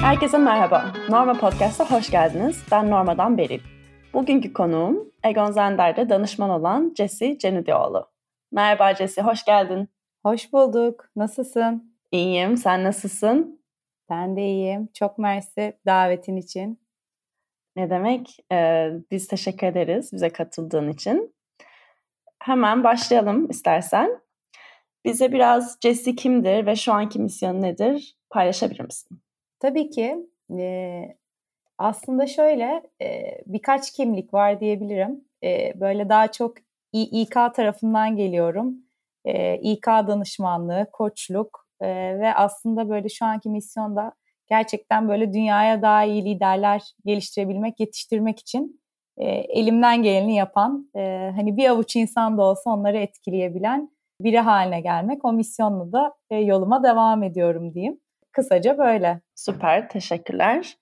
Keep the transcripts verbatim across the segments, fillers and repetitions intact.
Herkese merhaba. Norma Podcast'a hoş geldiniz. Ben Norma'dan Beril. Bugünkü konuğum Egon Zender'de danışman olan Jessie Cenidioğlu. Merhaba Jessie, hoş geldin. Hoş bulduk. Nasılsın? İyiyim, sen nasılsın? Ben de iyiyim. Çok mersi davetin için. Ne demek? Ee, biz teşekkür ederiz bize katıldığın için. Hemen başlayalım istersen. Bize biraz Jessie kimdir ve şu anki misyonu nedir paylaşabilir misin? Tabii ki. E, aslında şöyle e, birkaç kimlik var diyebilirim. E, böyle daha çok İ- İK tarafından geliyorum. E, İK danışmanlığı, koçluk e, ve aslında böyle şu anki misyonda gerçekten böyle dünyaya daha iyi liderler geliştirebilmek, yetiştirmek için e, elimden geleni yapan, e, hani bir avuç insan da olsa onları etkileyebilen biri haline gelmek. O misyonla da e, yoluma devam ediyorum diyeyim. Kısaca böyle. Süper, teşekkürler.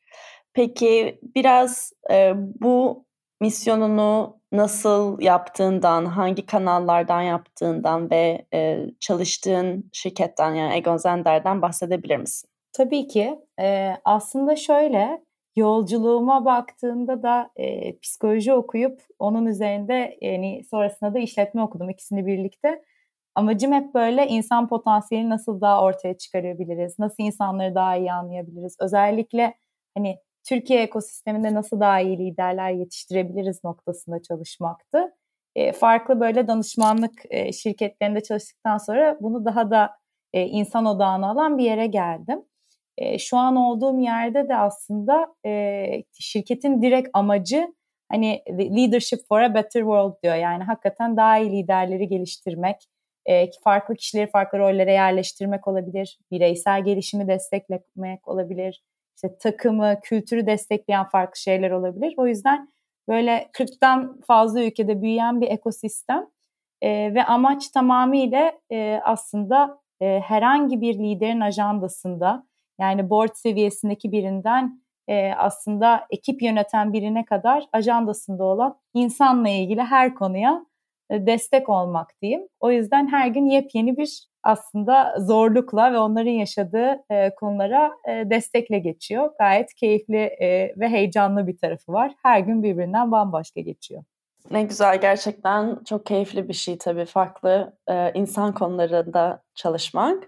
Peki biraz e, bu misyonunu nasıl yaptığından, hangi kanallardan yaptığından ve e, çalıştığın şirketten yani Egon Zender'den bahsedebilir misin? Tabii ki. Ee, aslında şöyle, yolculuğuma baktığımda da e, psikoloji okuyup onun üzerinde yani sonrasında da işletme okudum ikisini birlikte. Amacım hep böyle insan potansiyelini nasıl daha ortaya çıkarabiliriz, nasıl insanları daha iyi anlayabiliriz. Özellikle hani Türkiye ekosisteminde nasıl daha iyi liderler yetiştirebiliriz noktasında çalışmaktı. E, farklı böyle danışmanlık e, şirketlerinde çalıştıktan sonra bunu daha da e, insan odağına alan bir yere geldim. E, şu an olduğum yerde de aslında e, şirketin direkt amacı hani leadership for a better world diyor. Yani hakikaten daha iyi liderleri geliştirmek, e, farklı kişileri farklı rollere yerleştirmek olabilir, bireysel gelişimi desteklemek olabilir, işte takımı, kültürü destekleyen farklı şeyler olabilir. O yüzden böyle kırktan fazla ülkede büyüyen bir ekosistem e, ve amaç tamamıyla e, aslında e, herhangi bir liderin ajandasında, yani board seviyesindeki birinden e, aslında ekip yöneten birine kadar ajandasında olan insanla ilgili her konuya e, destek olmak diyeyim. O yüzden her gün yepyeni bir aslında zorlukla ve onların yaşadığı e, konulara e, destekle geçiyor. Gayet keyifli e, ve heyecanlı bir tarafı var. Her gün birbirinden bambaşka geçiyor. Ne güzel, gerçekten çok keyifli bir şey tabii farklı e, insan konularında çalışmak.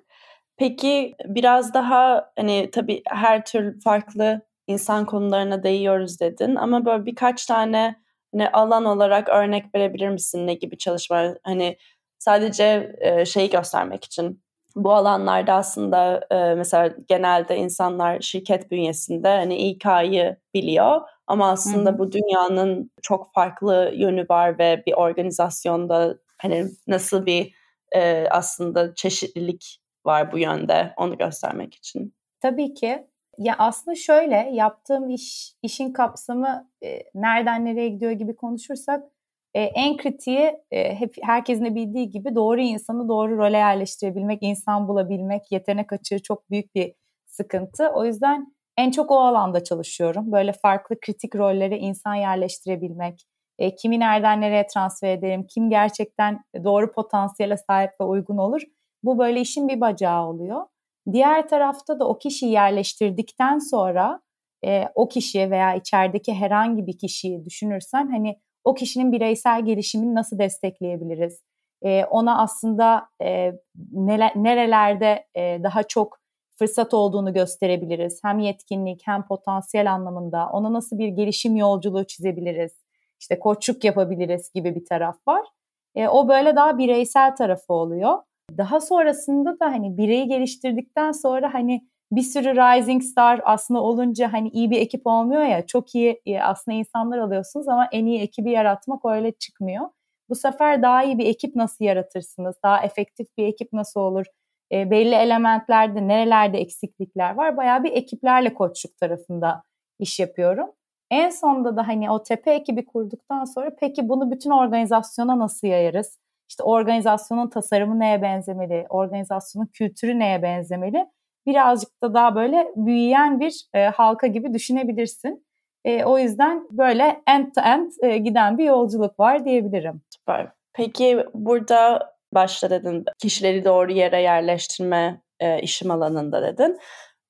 Peki biraz daha hani tabii her tür farklı insan konularına değiyoruz dedin ama böyle birkaç tane hani alan olarak örnek verebilir misin, ne gibi çalışmalar, hani sadece e, şeyi göstermek için bu alanlarda aslında e, mesela genelde insanlar şirket bünyesinde hani İK'yı biliyor ama Hı aslında hı. bu dünyanın çok farklı yönü var ve bir organizasyonda hani nasıl bir e, aslında çeşitlilik var bu yönde, onu göstermek için. Tabii ki. Ya aslında şöyle yaptığım iş işin kapsamı e, nereden nereye gidiyor gibi konuşursak e, en kritiği e, hep herkesin de bildiği gibi doğru insanı doğru role yerleştirebilmek, insan bulabilmek, yetenek açığı çok büyük bir sıkıntı. O yüzden en çok o alanda çalışıyorum. Böyle farklı kritik rollere insan yerleştirebilmek, e, kimi nereden nereye transfer edelim, kim gerçekten doğru potansiyele sahip ve uygun olur. Bu böyle işin bir bacağı oluyor. Diğer tarafta da o kişiyi yerleştirdikten sonra e, o kişi veya içerideki herhangi bir kişiyi düşünürsen hani o kişinin bireysel gelişimini nasıl destekleyebiliriz? E, ona aslında e, nele, nerelerde e, daha çok fırsat olduğunu gösterebiliriz. Hem yetkinlik hem potansiyel anlamında ona nasıl bir gelişim yolculuğu çizebiliriz? İşte koçluk yapabiliriz gibi bir taraf var. E, o böyle daha bireysel tarafı oluyor. Daha sonrasında da hani bireyi geliştirdikten sonra hani bir sürü rising star aslında olunca hani iyi bir ekip olmuyor ya, çok iyi aslında insanlar alıyorsunuz ama en iyi ekibi yaratmak öyle çıkmıyor. Bu sefer daha iyi bir ekip nasıl yaratırsınız? Daha efektif bir ekip nasıl olur? E, belli elementlerde nerelerde eksiklikler var? Bayağı bir ekiplerle koçluk tarafında iş yapıyorum. En sonunda da hani o tepe ekibi kurduktan sonra peki bunu bütün organizasyona nasıl yayarız? İşte organizasyonun tasarımı neye benzemeli, organizasyonun kültürü neye benzemeli? Birazcık da daha böyle büyüyen bir e, halka gibi düşünebilirsin. E, o yüzden böyle end to end e, giden bir yolculuk var diyebilirim. Süper. Peki burada başta dedin kişileri doğru yere yerleştirme e, işim alanında dedin.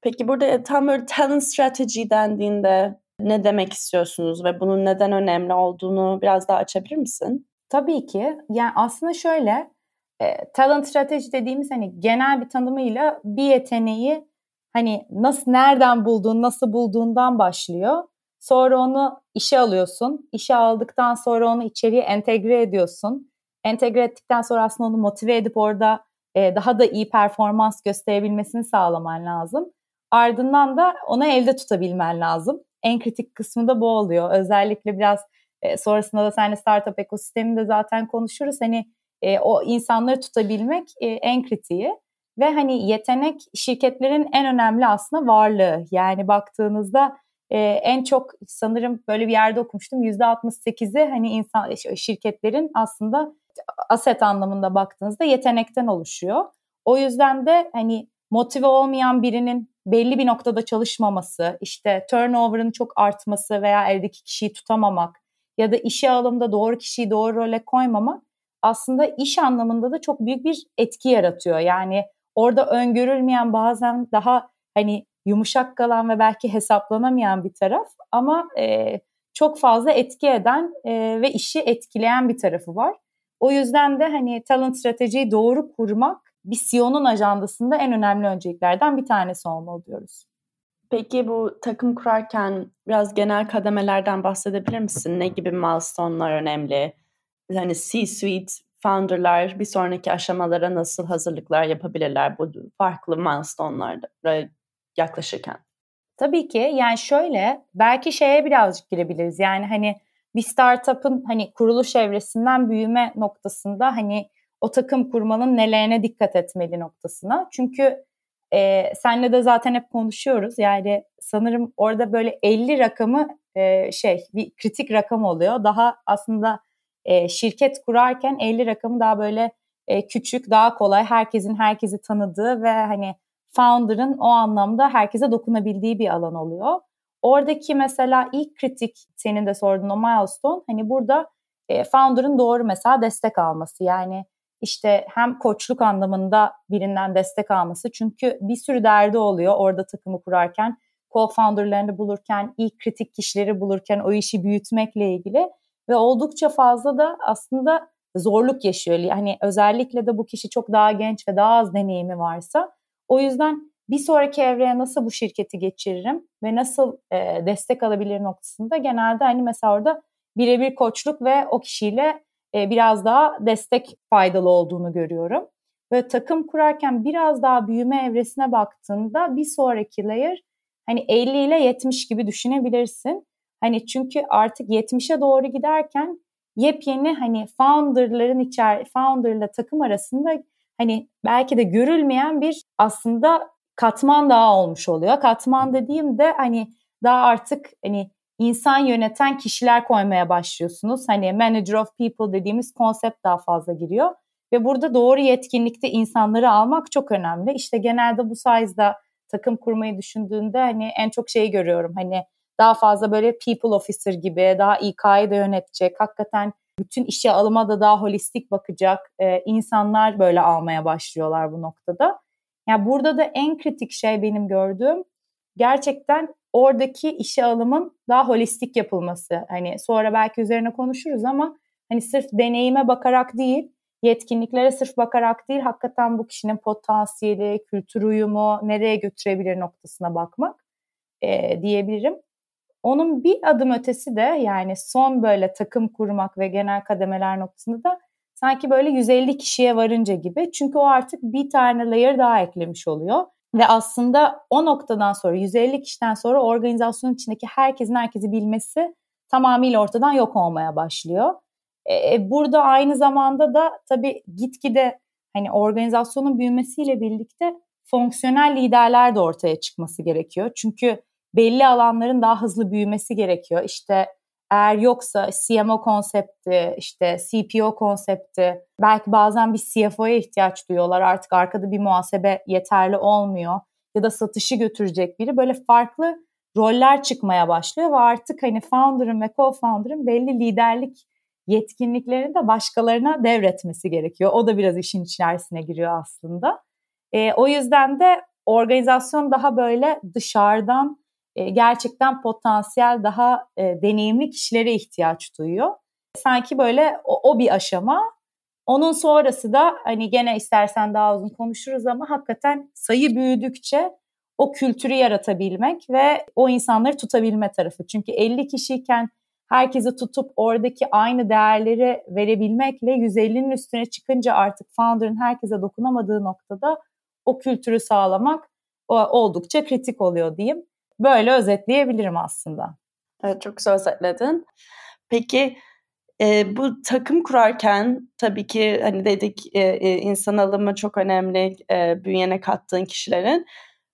Peki burada tam böyle talent strategy dendiğinde ne demek istiyorsunuz ve bunun neden önemli olduğunu biraz daha açabilir misin? Tabii ki. Yani aslında şöyle, e, talent strateji dediğimiz hani genel bir tanımıyla bir yeteneği hani nasıl, nereden bulduğun, nasıl bulduğundan başlıyor. Sonra onu işe alıyorsun. İşe aldıktan sonra onu içeriye entegre ediyorsun. Entegre ettikten sonra aslında onu motive edip orada e, daha da iyi performans gösterebilmesini sağlaman lazım. Ardından da onu elde tutabilmen lazım. En kritik kısmı da bu oluyor. Özellikle biraz e, sonrasında da seninle startup ekosisteminde zaten konuşuruz. Hani e, o insanları tutabilmek e, en kritiği. Ve hani yetenek şirketlerin en önemli aslında varlığı. Yani baktığınızda e, en çok sanırım böyle bir yerde okumuştum. yüzde altmış sekizi hani insan şirketlerin aslında aset anlamında baktığınızda yetenekten oluşuyor. O yüzden de hani motive olmayan birinin belli bir noktada çalışmaması, işte turnover'ın çok artması veya eldeki kişiyi tutamamak ya da işe alımda doğru kişiyi doğru role koymamak aslında iş anlamında da çok büyük bir etki yaratıyor. Yani orada öngörülmeyen, bazen daha hani yumuşak kalan ve belki hesaplanamayan bir taraf ama e, çok fazla etki eden e, ve işi etkileyen bir tarafı var. O yüzden de hani talent stratejiyi doğru kurmak bir C E O'nun ajandasında en önemli önceliklerden bir tanesi olmalı diyoruz. Peki bu takım kurarken biraz genel kademelerden bahsedebilir misin? Ne gibi milestone'lar önemli? Yani C-suite founder'lar bir sonraki aşamalara nasıl hazırlıklar yapabilirler bu farklı milestone'lara yaklaşırken? Tabii ki. Yani şöyle, belki şeye birazcık girebiliriz. Yani hani bir startup'ın hani kuruluş evresinden büyüme noktasında hani o takım kurmanın nelerine dikkat etmeli noktasına. Çünkü e, senle de zaten hep konuşuyoruz. Yani sanırım orada böyle elli rakamı e, şey bir kritik rakam oluyor. Daha aslında e, şirket kurarken elli rakamı daha böyle e, küçük, daha kolay, herkesin herkesi tanıdığı ve hani founder'ın o anlamda herkese dokunabildiği bir alan oluyor. Oradaki mesela ilk kritik, senin de sorduğun o milestone, hani burada e, founder'ın doğru mesela destek alması. Yani işte hem koçluk anlamında birinden destek alması. Çünkü bir sürü derdi oluyor orada takımı kurarken, co-founder'larını bulurken, ilk kritik kişileri bulurken o işi büyütmekle ilgili ve oldukça fazla da aslında zorluk yaşıyor. Yani özellikle de bu kişi çok daha genç ve daha az deneyimi varsa. O yüzden bir sonraki evreye nasıl bu şirketi geçiririm ve nasıl e, destek alabilir noktasında genelde hani mesela orada birebir koçluk ve o kişiyle e, biraz daha destek faydalı olduğunu görüyorum. Ve takım kurarken biraz daha büyüme evresine baktığında bir sonraki layer hani elli ile yetmiş gibi düşünebilirsin. Hani çünkü artık yetmişe doğru giderken yepyeni hani founder'ların içer founder'la takım arasında hani belki de görülmeyen bir aslında katman daha olmuş oluyor. Katman dediğimde hani daha artık hani insan yöneten kişiler koymaya başlıyorsunuz. Hani manager of people dediğimiz konsept daha fazla giriyor. Ve burada doğru yetkinlikte insanları almak çok önemli. İşte genelde bu size'da takım kurmayı düşündüğünde hani en çok şeyi görüyorum. Hani daha fazla böyle people officer gibi, daha İK'yı da yönetecek, hakikaten bütün işe alıma da daha holistik bakacak e, insanlar böyle almaya başlıyorlar bu noktada. Yani burada da en kritik şey benim gördüğüm gerçekten oradaki işe alımın daha holistik yapılması. Hani sonra belki üzerine konuşuruz ama hani sırf deneyime bakarak değil, yetkinliklere sırf bakarak değil, hakikaten bu kişinin potansiyeli, kültür uyumu, nereye götürebilir noktasına bakmak e, diyebilirim. Onun bir adım ötesi de yani son böyle takım kurmak ve genel kademeler noktasında da sanki böyle yüz elli kişiye varınca gibi. Çünkü o artık bir tane layer daha eklemiş oluyor. Ve aslında o noktadan sonra yüz elli kişiden sonra organizasyonun içindeki herkesin herkesi bilmesi tamamıyla ortadan yok olmaya başlıyor. E, burada aynı zamanda da tabii gitgide hani organizasyonun büyümesiyle birlikte fonksiyonel liderler de ortaya çıkması gerekiyor. Çünkü belli alanların daha hızlı büyümesi gerekiyor. İşte eğer yoksa C M O konsepti, işte C P O konsepti, belki bazen bir C F O'ya ihtiyaç duyuyorlar. Artık arkada bir muhasebe yeterli olmuyor. Ya da satışı götürecek biri. Böyle farklı roller çıkmaya başlıyor ve artık hani founder'ın ve co-founder'ın belli liderlik yetkinliklerini de başkalarına devretmesi gerekiyor. O da biraz işin içerisine giriyor aslında. E, o yüzden de organizasyon daha böyle dışarıdan e, gerçekten potansiyel daha e, deneyimli kişilere ihtiyaç duyuyor. Sanki böyle o, o bir aşama. Onun sonrası da hani gene istersen daha uzun konuşuruz ama hakikaten sayı büyüdükçe o kültürü yaratabilmek ve o insanları tutabilme tarafı. Çünkü elli kişiyken herkesi tutup oradaki aynı değerleri verebilmekle yüz ellinin üstüne çıkınca artık founder'ın herkese dokunamadığı noktada o kültürü sağlamak oldukça kritik oluyor diyeyim. Böyle özetleyebilirim aslında. Evet, çok güzel özetledin. Peki e, bu takım kurarken tabii ki hani dedik e, insan alımı çok önemli e, bünyene kattığın kişilerin.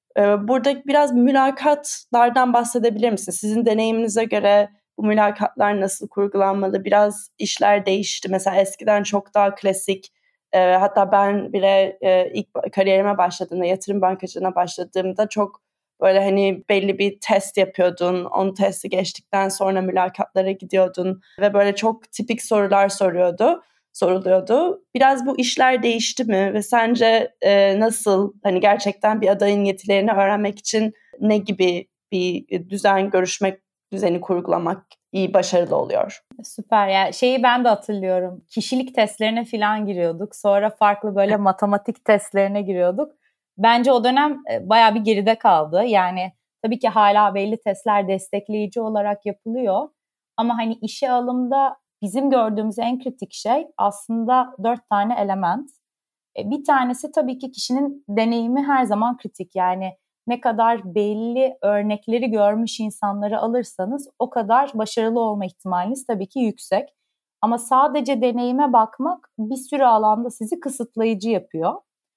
E, burada biraz mülakatlardan bahsedebilir misin? Sizin deneyiminize göre bu mülakatlar nasıl kurgulanmalı? Biraz işler değişti. Mesela eskiden çok daha klasik, e, hatta ben bile e, ilk kariyerime başladığımda, yatırım bankacılığına başladığımda çok böyle hani belli bir test yapıyordun. Onun testi geçtikten sonra mülakatlara gidiyordun ve böyle çok tipik sorular soruyordu, soruluyordu. Biraz bu işler değişti mi ve sence e, nasıl, hani gerçekten bir adayın yetilerini öğrenmek için ne gibi bir düzen, görüşmek düzeni kurgulamak iyi, başarılı oluyor? Süper. Yani şeyi ben de hatırlıyorum. Kişilik testlerine falan giriyorduk. Sonra farklı böyle matematik testlerine giriyorduk. Bence o dönem bayağı bir geride kaldı. Yani tabii ki hala belli testler destekleyici olarak yapılıyor. Ama hani işe alımda bizim gördüğümüz en kritik şey aslında dört tane element. Bir tanesi tabii ki kişinin deneyimi her zaman kritik. Yani ne kadar belli örnekleri görmüş insanları alırsanız o kadar başarılı olma ihtimaliniz tabii ki yüksek. Ama sadece deneyime bakmak bir sürü alanda sizi kısıtlayıcı yapıyor.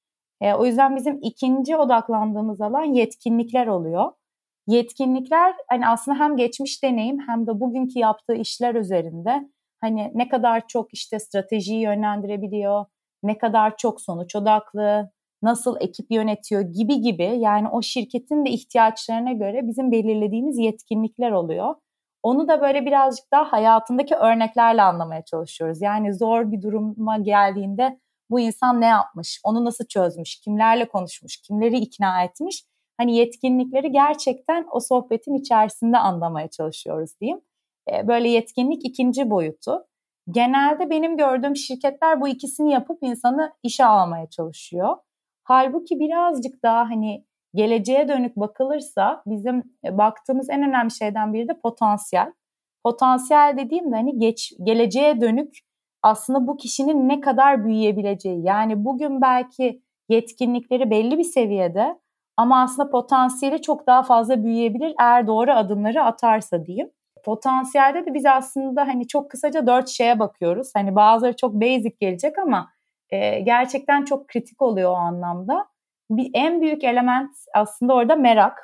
E, o yüzden bizim ikinci odaklandığımız alan yetkinlikler oluyor. Yetkinlikler hani aslında hem geçmiş deneyim hem de bugünkü yaptığı işler üzerinde hani ne kadar çok işte stratejiyi yönlendirebiliyor, ne kadar çok sonuç odaklı, nasıl ekip yönetiyor gibi gibi, yani o şirketin de ihtiyaçlarına göre bizim belirlediğimiz yetkinlikler oluyor. Onu da böyle birazcık daha hayatındaki örneklerle anlamaya çalışıyoruz. Yani zor bir duruma geldiğinde bu insan ne yapmış, onu nasıl çözmüş, kimlerle konuşmuş, kimleri ikna etmiş. Hani yetkinlikleri gerçekten o sohbetin içerisinde anlamaya çalışıyoruz diyeyim. Böyle yetkinlik ikinci boyutu. Genelde benim gördüğüm şirketler bu ikisini yapıp insanı işe almaya çalışıyor. Halbuki birazcık daha hani geleceğe dönük bakılırsa bizim baktığımız en önemli şeyden biri de potansiyel. Potansiyel dediğimde hani geç, geleceğe dönük aslında bu kişinin ne kadar büyüyebileceği. Yani bugün belki yetkinlikleri belli bir seviyede ama aslında potansiyeli çok daha fazla büyüyebilir eğer doğru adımları atarsa diyeyim. Potansiyelde de biz aslında hani çok kısaca dört şeye bakıyoruz. Hani bazıları çok basic gelecek ama e, gerçekten çok kritik oluyor o anlamda. Bir en büyük element aslında orada merak.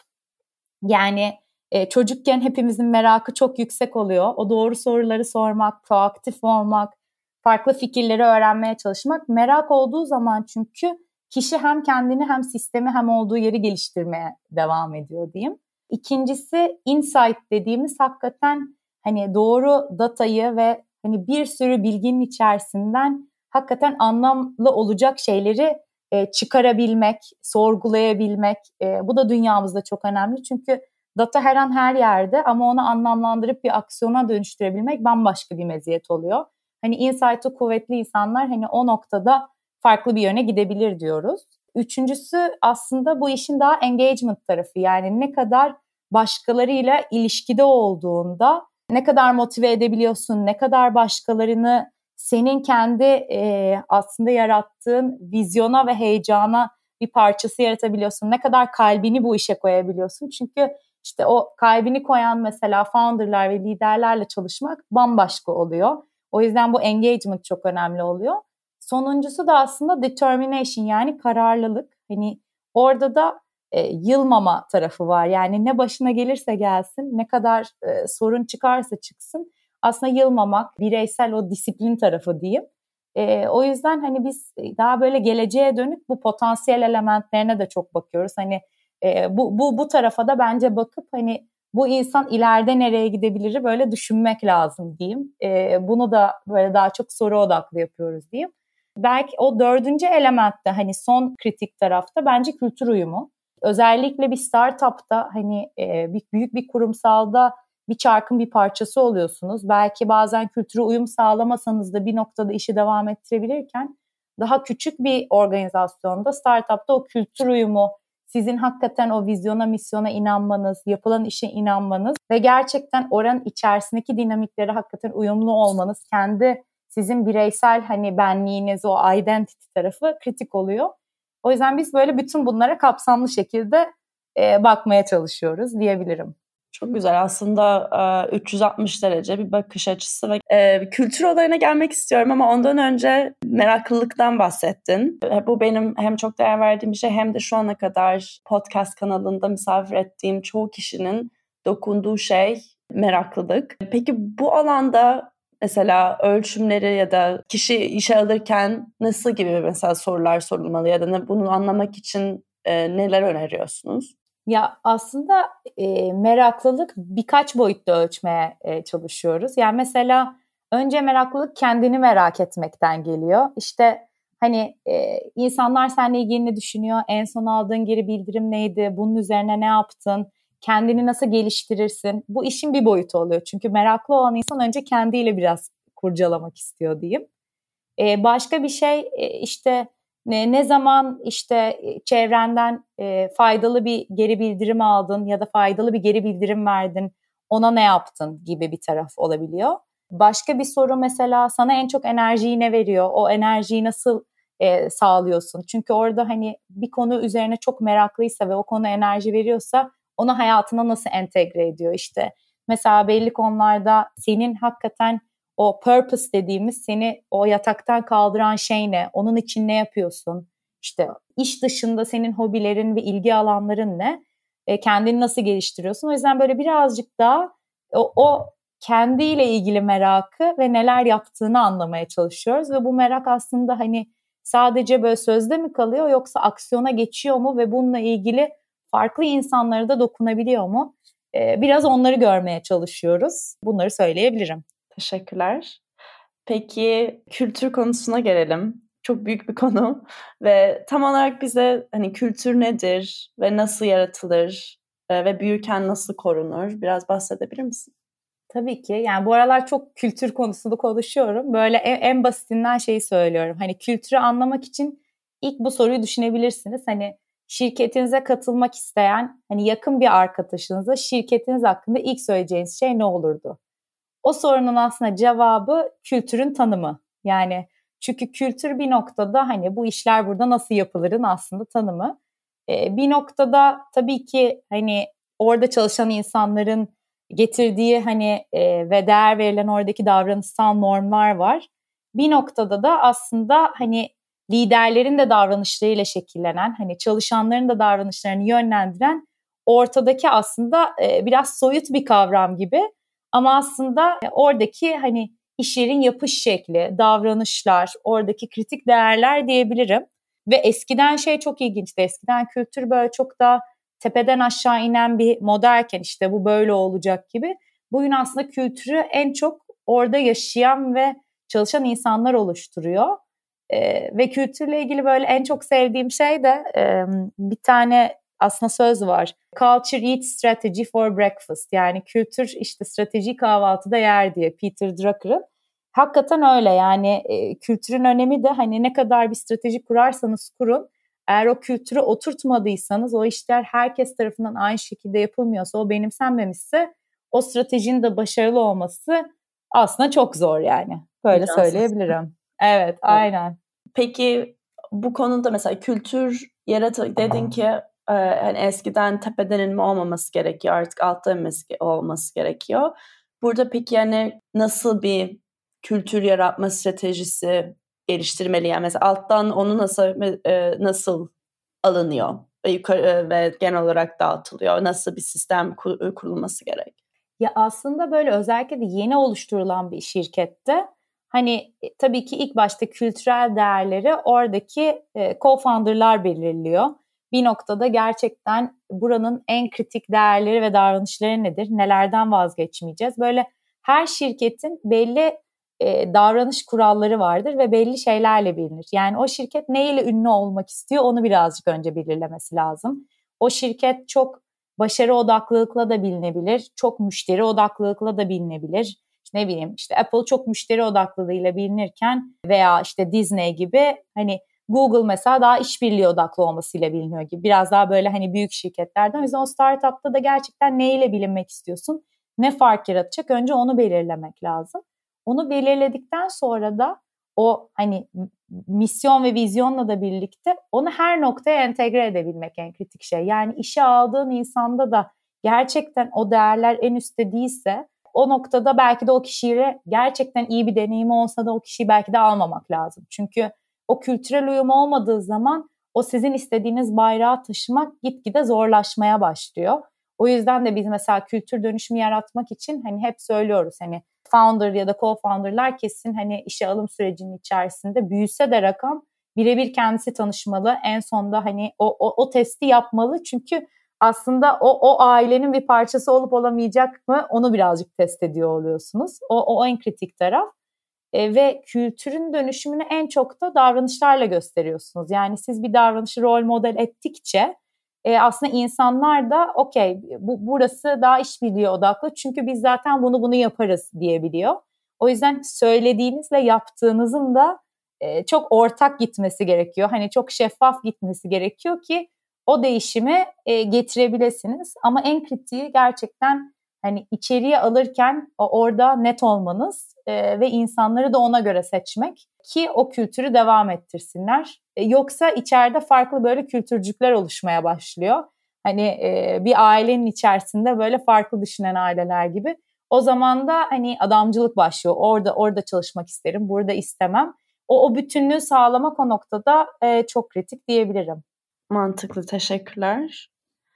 Yani e, çocukken hepimizin merakı çok yüksek oluyor. O doğru soruları sormak, proaktif olmak, farklı fikirleri öğrenmeye çalışmak. Merak olduğu zaman çünkü kişi hem kendini hem sistemi hem olduğu yeri geliştirmeye devam ediyor diyeyim. İkincisi insight dediğimiz hakikaten hani doğru datayı ve hani bir sürü bilginin içerisinden hakikaten anlamlı olacak şeyleri e, çıkarabilmek, sorgulayabilmek. E, bu da dünyamızda çok önemli çünkü data her an her yerde ama onu anlamlandırıp bir aksiyona dönüştürebilmek bambaşka bir meziyet oluyor. Hani insight'ı kuvvetli insanlar hani o noktada farklı bir yöne gidebilir diyoruz. Üçüncüsü aslında bu işin daha engagement tarafı. Yani ne kadar başkalarıyla ilişkide olduğunda ne kadar motive edebiliyorsun, ne kadar başkalarını senin kendi e, aslında yarattığın vizyona ve heyecana bir parçası yaratabiliyorsun. Ne kadar kalbini bu işe koyabiliyorsun. Çünkü işte o kalbini koyan mesela founderlar ve liderlerle çalışmak bambaşka oluyor. O yüzden bu engagement çok önemli oluyor. Sonuncusu da aslında determination, yani kararlılık. Hani orada da e, yılmama tarafı var. Yani ne başına gelirse gelsin, ne kadar e, sorun çıkarsa çıksın aslında yılmamak, bireysel o disiplin tarafı diyeyim. E, o yüzden hani biz daha böyle geleceğe dönük bu potansiyel elementlerine de çok bakıyoruz. Hani e, bu, bu, bu tarafa da bence bakıp hani bu insan ileride nereye gidebilir böyle düşünmek lazım diyeyim. E, bunu da böyle daha çok soru odaklı yapıyoruz diyeyim. Belki o dördüncü elementte hani son kritik tarafta bence kültür uyumu. Özellikle bir startupta hani e, bir, büyük bir kurumsalda bir çarkın bir parçası oluyorsunuz. Belki bazen kültüre uyum sağlamasanız da bir noktada işi devam ettirebilirken daha küçük bir organizasyonda, startupta o kültür uyumu, sizin hakikaten o vizyona, misyona inanmanız, yapılan işe inanmanız ve gerçekten oranın içerisindeki dinamiklere hakikaten uyumlu olmanız, kendi sizin bireysel hani benliğiniz, o identity tarafı kritik oluyor. O yüzden biz böyle bütün bunlara kapsamlı şekilde e, bakmaya çalışıyoruz diyebilirim. Çok güzel aslında e, üç yüz altmış derece bir bakış açısı ve e, kültür olayına gelmek istiyorum ama ondan önce meraklılıktan bahsettin. E, bu benim hem çok değer verdiğim bir şey hem de şu ana kadar podcast kanalında misafir ettiğim çoğu kişinin dokunduğu şey meraklılık. Peki bu alanda mesela ölçümleri ya da kişi işe alırken nasıl gibi mesela sorular sorulmalı ya da ne, bunu anlamak için e, neler öneriyorsunuz? Ya aslında e, meraklılık birkaç boyutta ölçmeye e, çalışıyoruz. Yani mesela önce meraklılık kendini merak etmekten geliyor. İşte hani e, insanlar seninle ilgili ne düşünüyor? En son aldığın geri bildirim neydi? Bunun üzerine ne yaptın? Kendini nasıl geliştirirsin? Bu işin bir boyutu oluyor. Çünkü meraklı olan insan önce kendiyle biraz kurcalamak istiyor diyeyim. E, başka bir şey e, işte ne, ne zaman işte çevrenden e, faydalı bir geri bildirim aldın ya da faydalı bir geri bildirim verdin, ona ne yaptın gibi bir taraf olabiliyor. Başka bir soru mesela sana en çok enerjiyi ne veriyor? O enerjiyi nasıl e, sağlıyorsun? Çünkü orada hani bir konu üzerine çok meraklıysa ve o konu enerji veriyorsa onu hayatına nasıl entegre ediyor işte. Mesela belli konularda senin hakikaten o purpose dediğimiz seni o yataktan kaldıran şey ne? Onun için ne yapıyorsun? İşte iş dışında senin hobilerin ve ilgi alanların ne? E, kendini nasıl geliştiriyorsun? O yüzden böyle birazcık daha o, o kendiyle ilgili merakı ve neler yaptığını anlamaya çalışıyoruz. Ve bu merak aslında hani sadece böyle sözde mi kalıyor yoksa aksiyona geçiyor mu ve bununla ilgili farklı insanlara da dokunabiliyor mu? E, biraz onları görmeye çalışıyoruz. Bunları söyleyebilirim. Teşekkürler. Peki kültür konusuna gelelim. Çok büyük bir konu ve tam olarak bize hani kültür nedir ve nasıl yaratılır e, ve büyürken nasıl korunur? Biraz bahsedebilir misin? Tabii ki. Yani bu aralar çok kültür konusunda konuşuyorum. Böyle en, en basitinden şeyi söylüyorum. Hani kültürü anlamak için ilk bu soruyu düşünebilirsiniz. Hani şirketinize katılmak isteyen hani yakın bir arkadaşınıza şirketiniz hakkında ilk söyleyeceğiniz şey ne olurdu? O sorunun aslında cevabı kültürün tanımı. Yani çünkü kültür bir noktada hani bu işler burada nasıl yapılırın aslında tanımı. Ee, bir noktada tabii ki hani orada çalışan insanların getirdiği hani e, ve değer verilen oradaki davranışsal normlar var. Bir noktada da aslında hani liderlerin de davranışlarıyla şekillenen, hani çalışanların da davranışlarını yönlendiren ortadaki aslında e, biraz soyut bir kavram gibi. Ama aslında oradaki hani iş yerin yapış şekli, davranışlar, oradaki kritik değerler diyebilirim. Ve eskiden şey çok ilginçti. Eskiden kültür böyle çok da tepeden aşağı inen bir modelken işte bu böyle olacak gibi. Bugün aslında kültürü en çok orada yaşayan ve çalışan insanlar oluşturuyor. Ee, ve kültürle ilgili böyle en çok sevdiğim şey de e, bir tane aslında söz var. Culture eats strategy for breakfast. Yani kültür işte strateji kahvaltıda yer diye Peter Drucker'ın. Hakikaten öyle yani e, kültürün önemi de hani ne kadar bir strateji kurarsanız kurun. Eğer o kültürü oturtmadıysanız o işler herkes tarafından aynı şekilde yapılmıyorsa o benimsenmemişse o stratejinin de başarılı olması aslında çok zor yani. Böyle İmkansız. söyleyebilirim. Evet, Evet. aynen. Peki bu konuda mesela kültür yaratı dedin ki e, hani eskiden tepeden inme olmaması gerekiyor artık alttan inmesi olması gerekiyor. Burada peki yani nasıl bir kültür yaratma stratejisi geliştirmeli yani mesela alttan onu nasıl e, nasıl alınıyor ve yukarı ve genel olarak dağıtılıyor nasıl bir sistem kur, kurulması gerek? Ya aslında böyle özellikle de yeni oluşturulan bir şirkette hani e, tabii ki ilk başta kültürel değerleri oradaki e, co-founder'lar belirliyor. Bir noktada gerçekten buranın en kritik değerleri ve davranışları nedir? Nelerden vazgeçmeyeceğiz? Böyle her şirketin belli e, davranış kuralları vardır ve belli şeylerle bilinir. Yani o şirket neyle ünlü olmak istiyor onu birazcık önce belirlemesi lazım. o şirket çok başarı odaklılıkla da bilinebilir, çok müşteri odaklılıkla da bilinebilir. İşte ne bileyim işte Apple çok müşteri odaklılığıyla bilinirken veya işte Disney gibi hani Google mesela daha işbirliği odaklı olmasıyla biliniyor gibi. Biraz daha böyle hani büyük şirketlerden. O yüzden o startupta da gerçekten neyle bilinmek istiyorsun? Ne fark yaratacak? Önce onu belirlemek lazım. Onu belirledikten sonra da o hani misyon ve vizyonla da birlikte onu her noktaya entegre edebilmek en kritik şey. Yani işe aldığın insanda da gerçekten o değerler en üstte değilse o noktada belki de o kişiyle gerçekten iyi bir deneyimi olsa da o kişiyi belki de almamak lazım. Çünkü o kültürel uyum olmadığı zaman o sizin istediğiniz bayrağı taşımak gitgide zorlaşmaya başlıyor. O yüzden de biz mesela kültür dönüşümü yaratmak için hani hep söylüyoruz hani founder ya da co-founder'lar kesin hani işe alım sürecinin içerisinde büyüse de rakam birebir kendisi tanışmalı. En sonda hani o, o, o testi yapmalı çünkü aslında o, o ailenin bir parçası olup olamayacak mı onu birazcık test ediyor oluyorsunuz. O, o en kritik taraf. E, ve kültürün dönüşümünü en çok da davranışlarla gösteriyorsunuz. Yani siz bir davranışı rol model ettikçe e, aslında insanlar da okey bu, burası daha işbirliği odaklı çünkü biz zaten bunu bunu yaparız diyebiliyor. O yüzden söylediğinizle yaptığınızın da e, çok ortak gitmesi gerekiyor. Hani çok şeffaf gitmesi gerekiyor ki o değişimi e, getirebilirsiniz. Ama en kritiği gerçekten hani içeriye alırken orada net olmanız e, ve insanları da ona göre seçmek ki o kültürü devam ettirsinler. E, yoksa içeride farklı böyle kültürcükler oluşmaya başlıyor. Hani e, bir ailenin içerisinde böyle farklı düşünen aileler gibi. O zaman da hani adamcılık başlıyor. Orada orada çalışmak isterim, burada istemem. O, o bütünlüğü sağlamak o noktada e, çok kritik diyebilirim. Mantıklı, teşekkürler.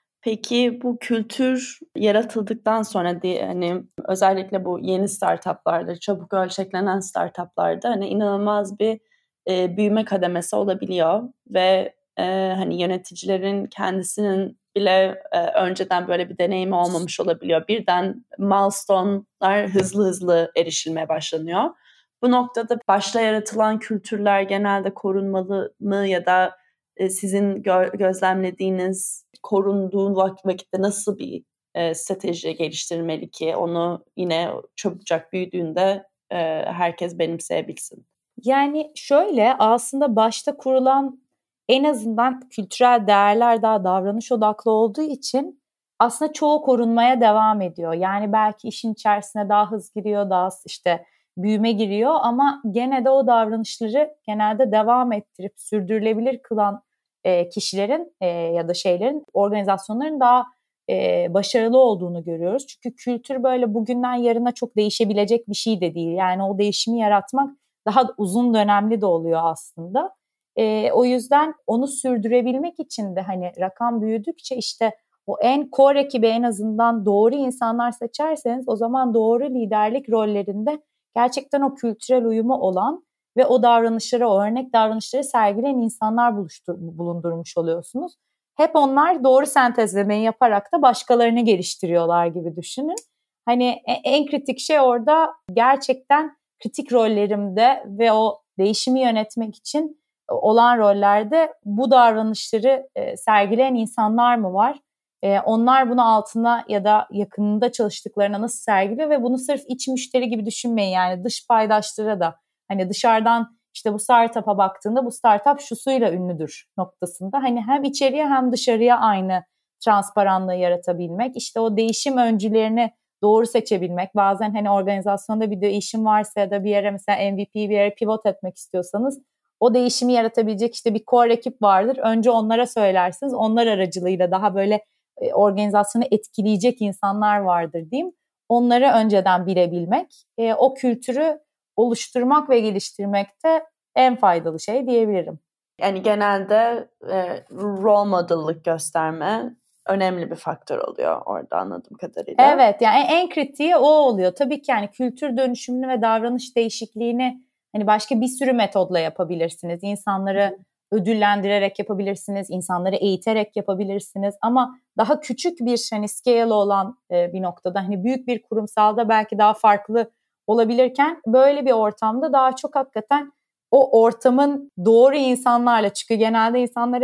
Peki bu kültür yaratıldıktan sonra diye hani özellikle bu yeni startuplarda, çabuk ölçeklenen startuplarda hani inanılmaz bir e, büyüme kademesi olabiliyor ve e, hani yöneticilerin kendisinin bile e, önceden böyle bir deneyimi olmamış olabiliyor. Birden milestone'lar hızlı hızlı erişilmeye başlanıyor. Bu noktada başta yaratılan kültürler genelde korunmalı mı ya da e, sizin gö- gözlemlediğiniz korunduğu vak- vakitte nasıl bir e, strateji geliştirmeli ki onu yine çabucak büyüdüğünde e, herkes benimseyebilsin? Yani şöyle aslında başta kurulan en azından kültürel değerler daha davranış odaklı olduğu için aslında çoğu korunmaya devam ediyor. Yani belki işin içerisine daha hız giriyor, daha işte büyüme giriyor ama gene de o davranışları genelde devam ettirip sürdürülebilir kılan e, kişilerin e, ya da şeylerin, organizasyonların daha e, başarılı olduğunu görüyoruz. Çünkü kültür böyle bugünden yarına çok değişebilecek bir şey de değil. Yani o değişimi yaratmak daha uzun dönemli de oluyor aslında. E, o yüzden onu sürdürebilmek için de hani rakam büyüdükçe işte o en core ekibi en azından doğru insanlar seçerseniz o zaman doğru liderlik rollerinde gerçekten o kültürel uyumu olan ve o davranışları, o örnek davranışları sergileyen insanlar buluştur, bulundurmuş oluyorsunuz. Hep onlar doğru sentezlemeyi yaparak da başkalarını geliştiriyorlar gibi düşünün. Hani en kritik şey orada gerçekten kritik rollerimde ve o değişimi yönetmek için olan rollerde bu davranışları e, sergileyen insanlar mı var? E, onlar bunu altına ya da yakınında çalıştıklarına nasıl sergiliyor ve bunu sırf iç müşteri gibi düşünmeyin yani dış paydaşlara da hani dışarıdan işte bu startup'a baktığında bu startup şusuyla ünlüdür noktasında hani hem içeriye hem dışarıya aynı transparanlığı yaratabilmek işte o değişim öncülerini doğru seçebilmek. Bazen hani organizasyonda bir değişim varsa ya da bir yere mesela M V P bir yere pivot etmek istiyorsanız o değişimi yaratabilecek işte bir core ekip vardır. Önce onlara söylersiniz. Onlar aracılığıyla daha böyle e, organizasyonu etkileyecek insanlar vardır diyeyim. Onları önceden bilebilmek, e, o kültürü oluşturmak ve geliştirmekte en faydalı şey diyebilirim. Yani genelde e, role model'lık gösterme önemli bir faktör oluyor orada anladığım kadarıyla. Evet yani en kritiği o oluyor. Tabii ki yani kültür dönüşümünü ve davranış değişikliğini hani başka bir sürü metodla yapabilirsiniz. İnsanları ödüllendirerek yapabilirsiniz, insanları eğiterek yapabilirsiniz ama daha küçük bir hani scale olan e, bir noktada hani büyük bir kurumsalda belki daha farklı olabilirken böyle bir ortamda daha çok hakikaten o ortamın doğru insanlarla çıkıyor. Genelde insanlar hep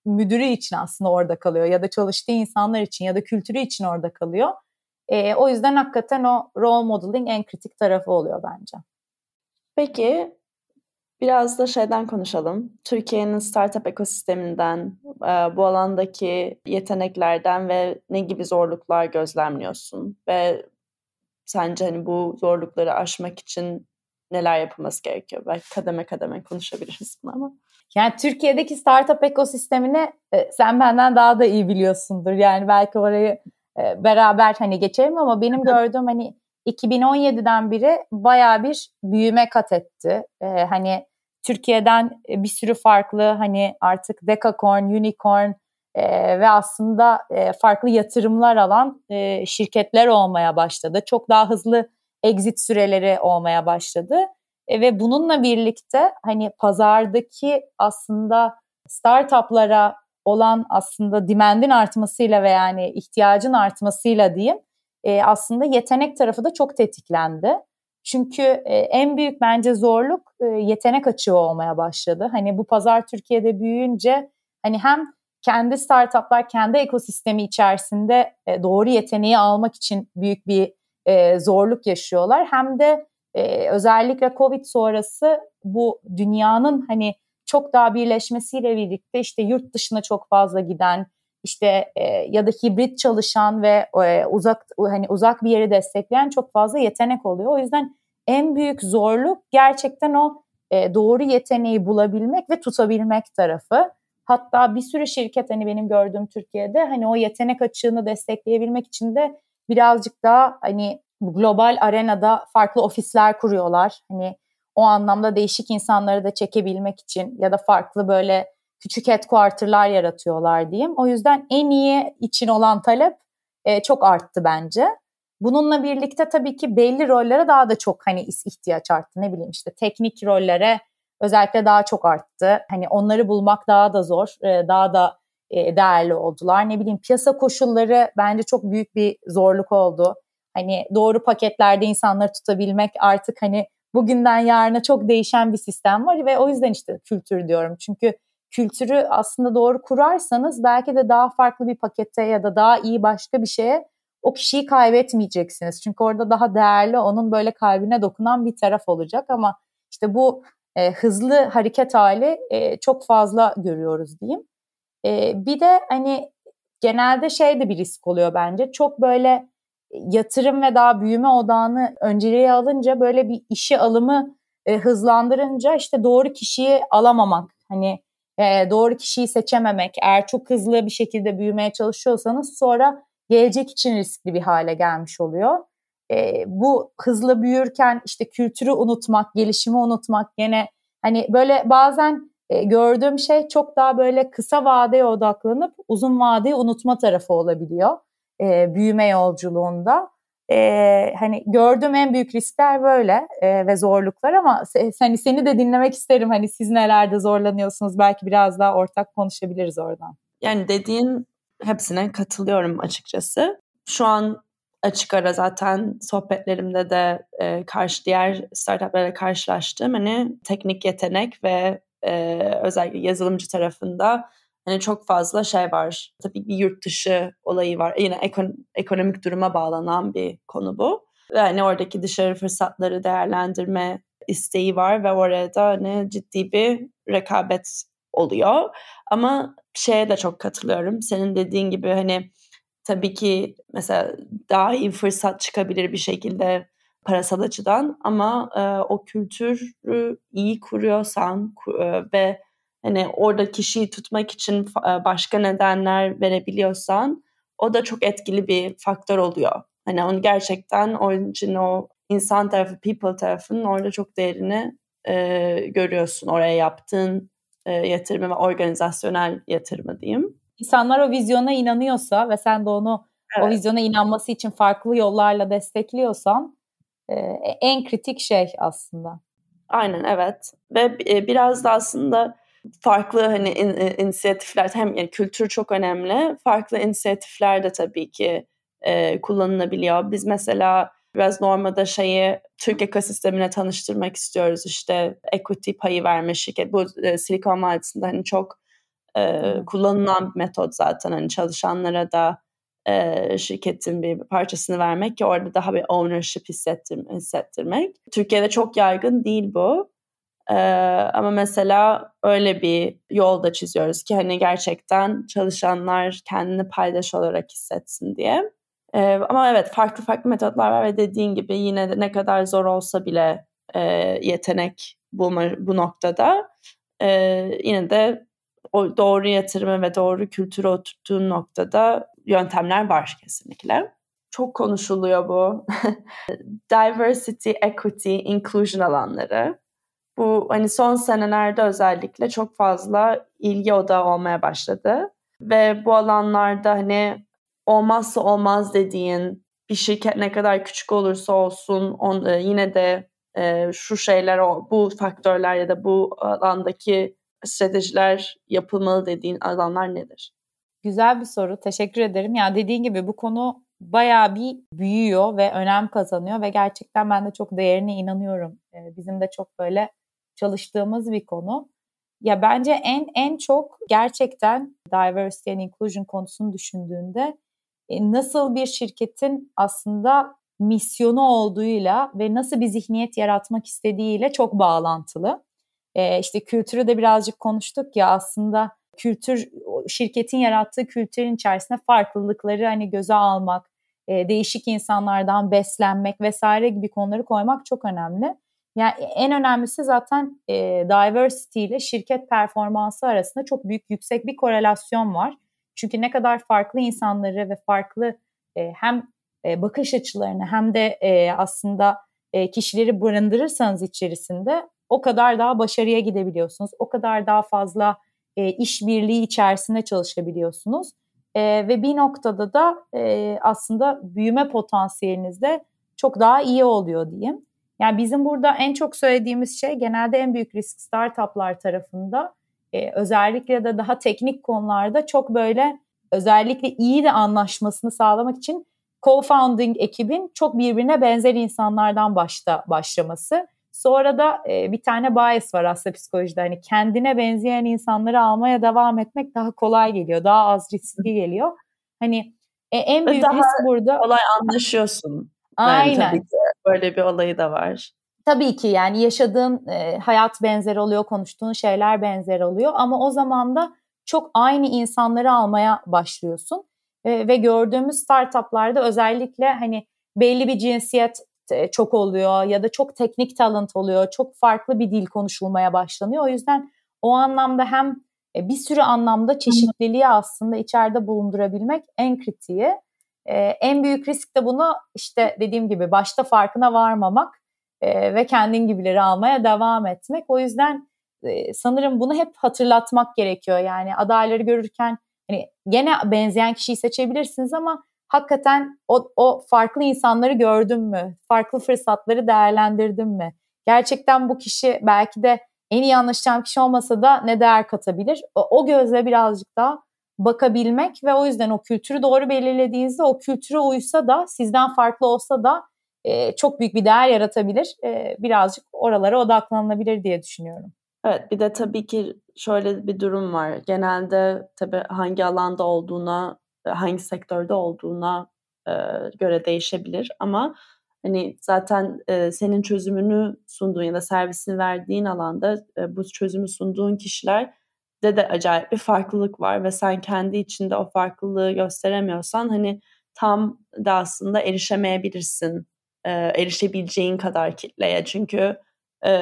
müdürü için aslında orada kalıyor ya da çalıştığı insanlar için ya da kültürü için orada kalıyor. E, o yüzden hakikaten o role modeling en kritik tarafı oluyor bence. Peki biraz da şeyden konuşalım. Türkiye'nin startup ekosisteminden, bu alandaki yeteneklerden ve ne gibi zorluklar gözlemliyorsun? Ve sence hani bu zorlukları aşmak için neler yapılması gerekiyor? Belki kademe kademe konuşabiliriz bunu ama. Yani Türkiye'deki startup ekosistemini e, sen benden daha da iyi biliyorsundur. Yani belki orayı e, beraber hani geçelim ama benim gördüğüm hani iki bin on yediden beri bayağı bir büyüme kat etti. E, hani Türkiye'den bir sürü farklı hani artık Decacorn, Unicorn e, ve aslında e, farklı yatırımlar alan e, şirketler olmaya başladı. Çok daha hızlı exit süreleri olmaya başladı. E, ve bununla birlikte hani pazardaki aslında startuplara olan aslında demand'in artmasıyla ve yani ihtiyacın artmasıyla diyeyim e, aslında yetenek tarafı da çok tetiklendi. Çünkü e, en büyük bence zorluk e, yetenek açığı olmaya başladı. Hani bu pazar Türkiye'de büyüyünce hani hem kendi startuplar kendi ekosistemi içerisinde e, doğru yeteneği almak için büyük bir e, zorluk yaşıyorlar. Hem de e, özellikle Covid sonrası bu dünyanın hani çok daha birleşmesiyle birlikte işte yurt dışına çok fazla giden işte e, ya da hibrit çalışan ve e, uzak hani uzak bir yeri destekleyen çok fazla yetenek oluyor. O yüzden en büyük zorluk gerçekten o e, doğru yeteneği bulabilmek ve tutabilmek tarafı. Hatta bir sürü şirket hani benim gördüğüm Türkiye'de hani o yetenek açığını destekleyebilmek için de birazcık daha hani global arenada farklı ofisler kuruyorlar. Hani o anlamda değişik insanları da çekebilmek için ya da farklı böyle küçük headquarter'lar yaratıyorlar diyeyim. O yüzden en iyi için olan talep e, çok arttı bence. Bununla birlikte tabii ki belli rollere daha da çok hani ihtiyaç arttı. Ne bileyim işte teknik rollere özellikle daha çok arttı. Hani onları bulmak daha da zor, e, daha da e, değerli oldular. Ne bileyim piyasa koşulları bence çok büyük bir zorluk oldu. Hani doğru paketlerde insanları tutabilmek artık hani bugünden yarına çok değişen bir sistem var ve o yüzden işte kültür diyorum. Çünkü kültürü aslında doğru kurarsanız belki de daha farklı bir pakete ya da daha iyi başka bir şeye o kişiyi kaybetmeyeceksiniz. Çünkü orada daha değerli, onun böyle kalbine dokunan bir taraf olacak ama işte bu e, hızlı hareket hali e, çok fazla görüyoruz diyeyim. E, bir de hani genelde şey de bir risk oluyor bence. Çok böyle yatırım ve daha büyüme odağını önceliğe alınca böyle bir işe alımı e, hızlandırınca işte doğru kişiyi alamamak. Hani e, doğru kişiyi seçememek. Eğer çok hızlı bir şekilde büyümeye çalışıyorsanız sonra gelecek için riskli bir hale gelmiş oluyor. E, bu hızlı büyürken işte kültürü unutmak, gelişimi unutmak gene hani böyle bazen e, gördüğüm şey çok daha böyle kısa vadeye odaklanıp uzun vadeyi unutma tarafı olabiliyor e, büyüme yolculuğunda. E, hani gördüğüm en büyük riskler böyle e, ve zorluklar ama se, hani seni de dinlemek isterim. Hani siz nelerde zorlanıyorsunuz? Belki biraz daha ortak konuşabiliriz oradan. Yani dediğin hepsine katılıyorum açıkçası. Şu an açık ara zaten sohbetlerimde de e, karşı diğer startuplara karşılaştığım hani teknik yetenek ve e, özellikle yazılımcı tarafında hani çok fazla şey var. Tabii bir yurt dışı olayı var. Yine ekon- ekonomik duruma bağlanan bir konu bu. Ve hani oradaki dışarı fırsatları değerlendirme isteği var ve orada hani ciddi bir rekabet oluyor. Ama şeye de çok katılıyorum. Senin dediğin gibi hani tabii ki mesela daha iyi fırsat çıkabilir bir şekilde parasal açıdan ama e, o kültürü iyi kuruyorsan e, ve hani orada kişiyi tutmak için e, başka nedenler verebiliyorsan o da çok etkili bir faktör oluyor. Hani onu gerçekten onun için o insan tarafı, people tarafının orada çok değerini e, görüyorsun. Oraya yaptığın e, yatırımı ve organizasyonel yatırımı diyeyim. İnsanlar o vizyona inanıyorsa ve sen de onu evet. O vizyona inanması için farklı yollarla destekliyorsan e, en kritik şey aslında. Aynen evet ve e, biraz da aslında farklı hani in, in, inisiyatifler hem yani kültür çok önemli. Farklı inisiyatifler de tabii ki e, kullanılabiliyor. Biz mesela biraz normalde şeyi Türk ekosistemine tanıştırmak istiyoruz. İşte equity payı verme şirket. Bu e, Silikon Vadisi'nde hani çok e, kullanılan bir metot zaten. Hani çalışanlara da e, şirketin bir parçasını vermek ki orada daha bir ownership hissettir, hissettirmek. Türkiye'de çok yaygın değil bu. Ee, ama mesela öyle bir yol da çiziyoruz ki hani gerçekten çalışanlar kendini paydaş olarak hissetsin diye. Ee, ama evet farklı farklı metotlar var ve dediğin gibi yine de ne kadar zor olsa bile e, yetenek bulma bu noktada e, yine de o doğru yatırımı ve doğru kültürü oturttuğun noktada yöntemler var kesinlikle. Çok konuşuluyor bu. Diversity, equity, inclusion alanları. Bu hani son senelerde özellikle çok fazla ilgi odağı olmaya başladı. Ve bu alanlarda hani olmazsa olmaz dediğin bir şirket ne kadar küçük olursa olsun on, yine de e, şu şeyler, bu faktörler ya da bu alandaki stratejiler yapılmalı dediğin alanlar nedir? Güzel bir soru. Teşekkür ederim. Ya dediğin gibi bu konu bayağı bir büyüyor ve önem kazanıyor ve gerçekten ben de çok değerine inanıyorum. Ee, bizim de çok böyle çalıştığımız bir konu. Ya bence en en çok gerçekten diversity and inclusion konusunu düşündüğünde e, nasıl bir şirketin aslında misyonu olduğuyla ve nasıl bir zihniyet yaratmak istediğiyle çok bağlantılı. E, işte kültürü de birazcık konuştuk ya aslında kültür şirketin yarattığı kültürün içerisinde farklılıkları hani göze almak, e, değişik insanlardan beslenmek vesaire gibi konuları koymak çok önemli. Yani en önemlisi zaten e, diversity ile şirket performansı arasında çok büyük yüksek bir korelasyon var. Çünkü ne kadar farklı insanları ve farklı e, hem e, bakış açılarını hem de e, aslında e, kişileri barındırırsanız içerisinde o kadar daha başarıya gidebiliyorsunuz. O kadar daha fazla e, işbirliği içerisinde çalışabiliyorsunuz. E, ve bir noktada da e, aslında büyüme potansiyeliniz de çok daha iyi oluyor diyeyim. Yani bizim burada en çok söylediğimiz şey genelde en büyük risk startuplar tarafında e, özellikle de daha teknik konularda çok böyle özellikle iyi de anlaşmasını sağlamak için co-founding ekibin çok birbirine benzer insanlardan başta başlaması. Sonra da e, bir tane bias var aslında psikolojide. Hani kendine benzeyen insanları almaya devam etmek daha kolay geliyor. Daha az riskli geliyor. Hani e, en büyük Daha risk burada. kolay anlaşıyorsun. Yani tabii Aynen. ki böyle bir olayı da var. Tabii ki yani yaşadığın e, hayat benzer oluyor, konuştuğun şeyler benzer oluyor ama o zaman da çok aynı insanları almaya başlıyorsun. E, ve gördüğümüz startuplarda özellikle hani belli bir cinsiyet e, çok oluyor ya da çok teknik talent oluyor, çok farklı bir dil konuşulmaya başlanıyor. O yüzden o anlamda hem e, bir sürü anlamda çeşitliliği aslında içeride bulundurabilmek en kritiği. E, en büyük risk de bunu işte dediğim gibi başta farkına varmamak e, ve kendin gibileri almaya devam etmek. O yüzden e, sanırım bunu hep hatırlatmak gerekiyor. Yani adayları görürken hani gene benzeyen kişiyi seçebilirsiniz ama hakikaten o, o farklı insanları gördün mü? Farklı fırsatları değerlendirdin mi? Gerçekten bu kişi belki de en iyi anlaşacağım kişi olmasa da ne değer katabilir? O, o gözle birazcık daha bakabilmek ve o yüzden o kültürü doğru belirlediğinizde o kültüre uysa da sizden farklı olsa da e, çok büyük bir değer yaratabilir. E, birazcık oralara odaklanılabilir diye düşünüyorum. Evet, bir de tabii ki şöyle bir durum var. Genelde tabii hangi alanda olduğuna, hangi sektörde olduğuna e, göre değişebilir ama hani zaten e, senin çözümünü sunduğun ya da servisini verdiğin alanda e, bu çözümü sunduğun kişiler de de acayip bir farklılık var ve sen kendi içinde o farklılığı gösteremiyorsan hani tam da aslında erişemeyebilirsin. E, erişebileceğin kadar kitleye çünkü e,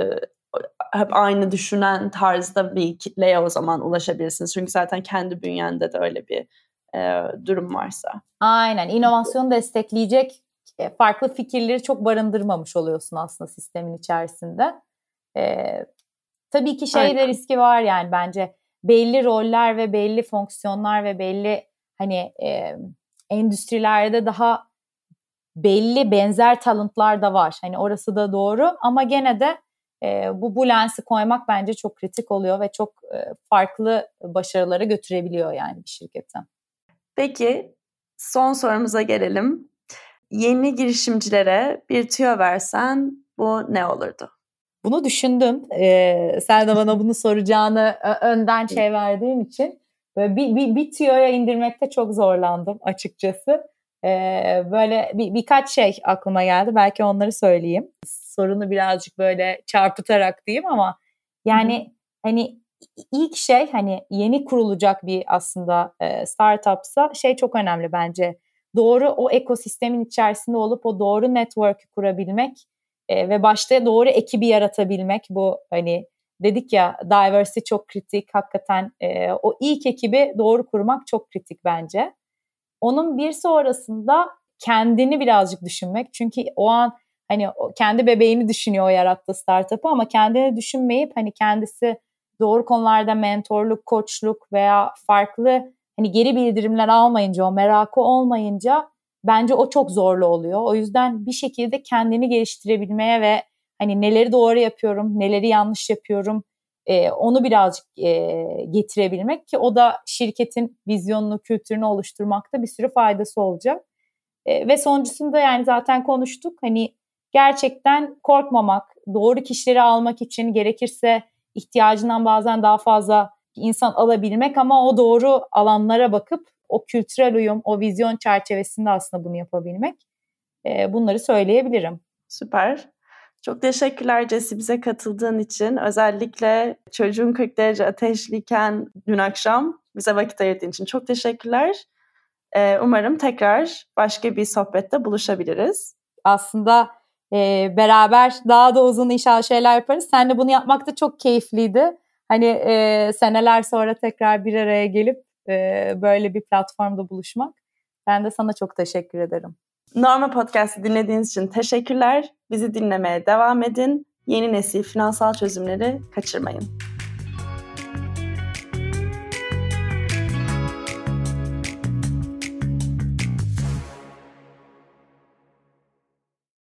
hep aynı düşünen tarzda bir kitleye o zaman ulaşabilirsiniz. Çünkü zaten kendi bünyende de öyle bir e, durum varsa. Aynen. İnovasyonu destekleyecek e, farklı fikirleri çok barındırmamış oluyorsun aslında sistemin içerisinde. Ee, tabii ki şey de riski var yani bence belli roller ve belli fonksiyonlar ve belli hani e, endüstrilerde daha belli benzer talentlar da var. Hani orası da doğru ama gene de e, bu bu lensi koymak bence çok kritik oluyor ve çok e, farklı başarılara götürebiliyor yani bir şirketi. Peki son sorumuza gelelim. Yeni girişimcilere bir tüyo versen bu ne olurdu? Bunu düşündüm. Ee, sen de bana bunu soracağını önden şey verdiğin için. Böyle bir, bir, bir tüyoya indirmekte çok zorlandım açıkçası. Ee, böyle bir, birkaç şey aklıma geldi. Belki onları söyleyeyim. Sorunu birazcık böyle çarpıtarak diyeyim ama yani Hı-hı. hani ilk şey hani yeni kurulacak bir aslında e, startupsa şey çok önemli bence. Doğru o ekosistemin içerisinde olup o doğru network'ü kurabilmek e, ve başta doğru ekibi yaratabilmek. Bu hani dedik ya diversity çok kritik hakikaten e, o ilk ekibi doğru kurmak çok kritik bence. Onun bir sonrasında kendini birazcık düşünmek. Çünkü o an hani kendi bebeğini düşünüyor o yarattığı startup'ı ama kendini düşünmeyip hani kendisi doğru konularda mentorluk, koçluk veya farklı hani geri bildirimler almayınca, o merakı olmayınca bence o çok zorlu oluyor. O yüzden bir şekilde kendini geliştirebilmeye ve hani neleri doğru yapıyorum, neleri yanlış yapıyorum, e, onu birazcık e, getirebilmek ki o da şirketin vizyonunu, kültürünü oluşturmakta bir sürü faydası olacak. E, ve sonuncusunda yani zaten konuştuk. Hani gerçekten korkmamak, doğru kişileri almak için gerekirse ihtiyacından bazen daha fazla insan alabilmek ama o doğru alanlara bakıp o kültürel uyum, o vizyon çerçevesinde aslında bunu yapabilmek. E, bunları söyleyebilirim. Süper. Çok teşekkürler Cesi bize katıldığın için. Özellikle çocuğun kırk derece ateşliyken dün akşam bize vakit ayırdığın için çok teşekkürler. Ee, umarım tekrar başka bir sohbette buluşabiliriz. Aslında e, beraber daha da uzun inşallah şeyler yaparız. Seninle bunu yapmak da çok keyifliydi. Hani e, seneler sonra tekrar bir araya gelip e, böyle bir platformda buluşmak. Ben de sana çok teşekkür ederim. Norma Podcast'ı dinlediğiniz için teşekkürler. Bizi dinlemeye devam edin. Yeni nesil finansal çözümleri kaçırmayın.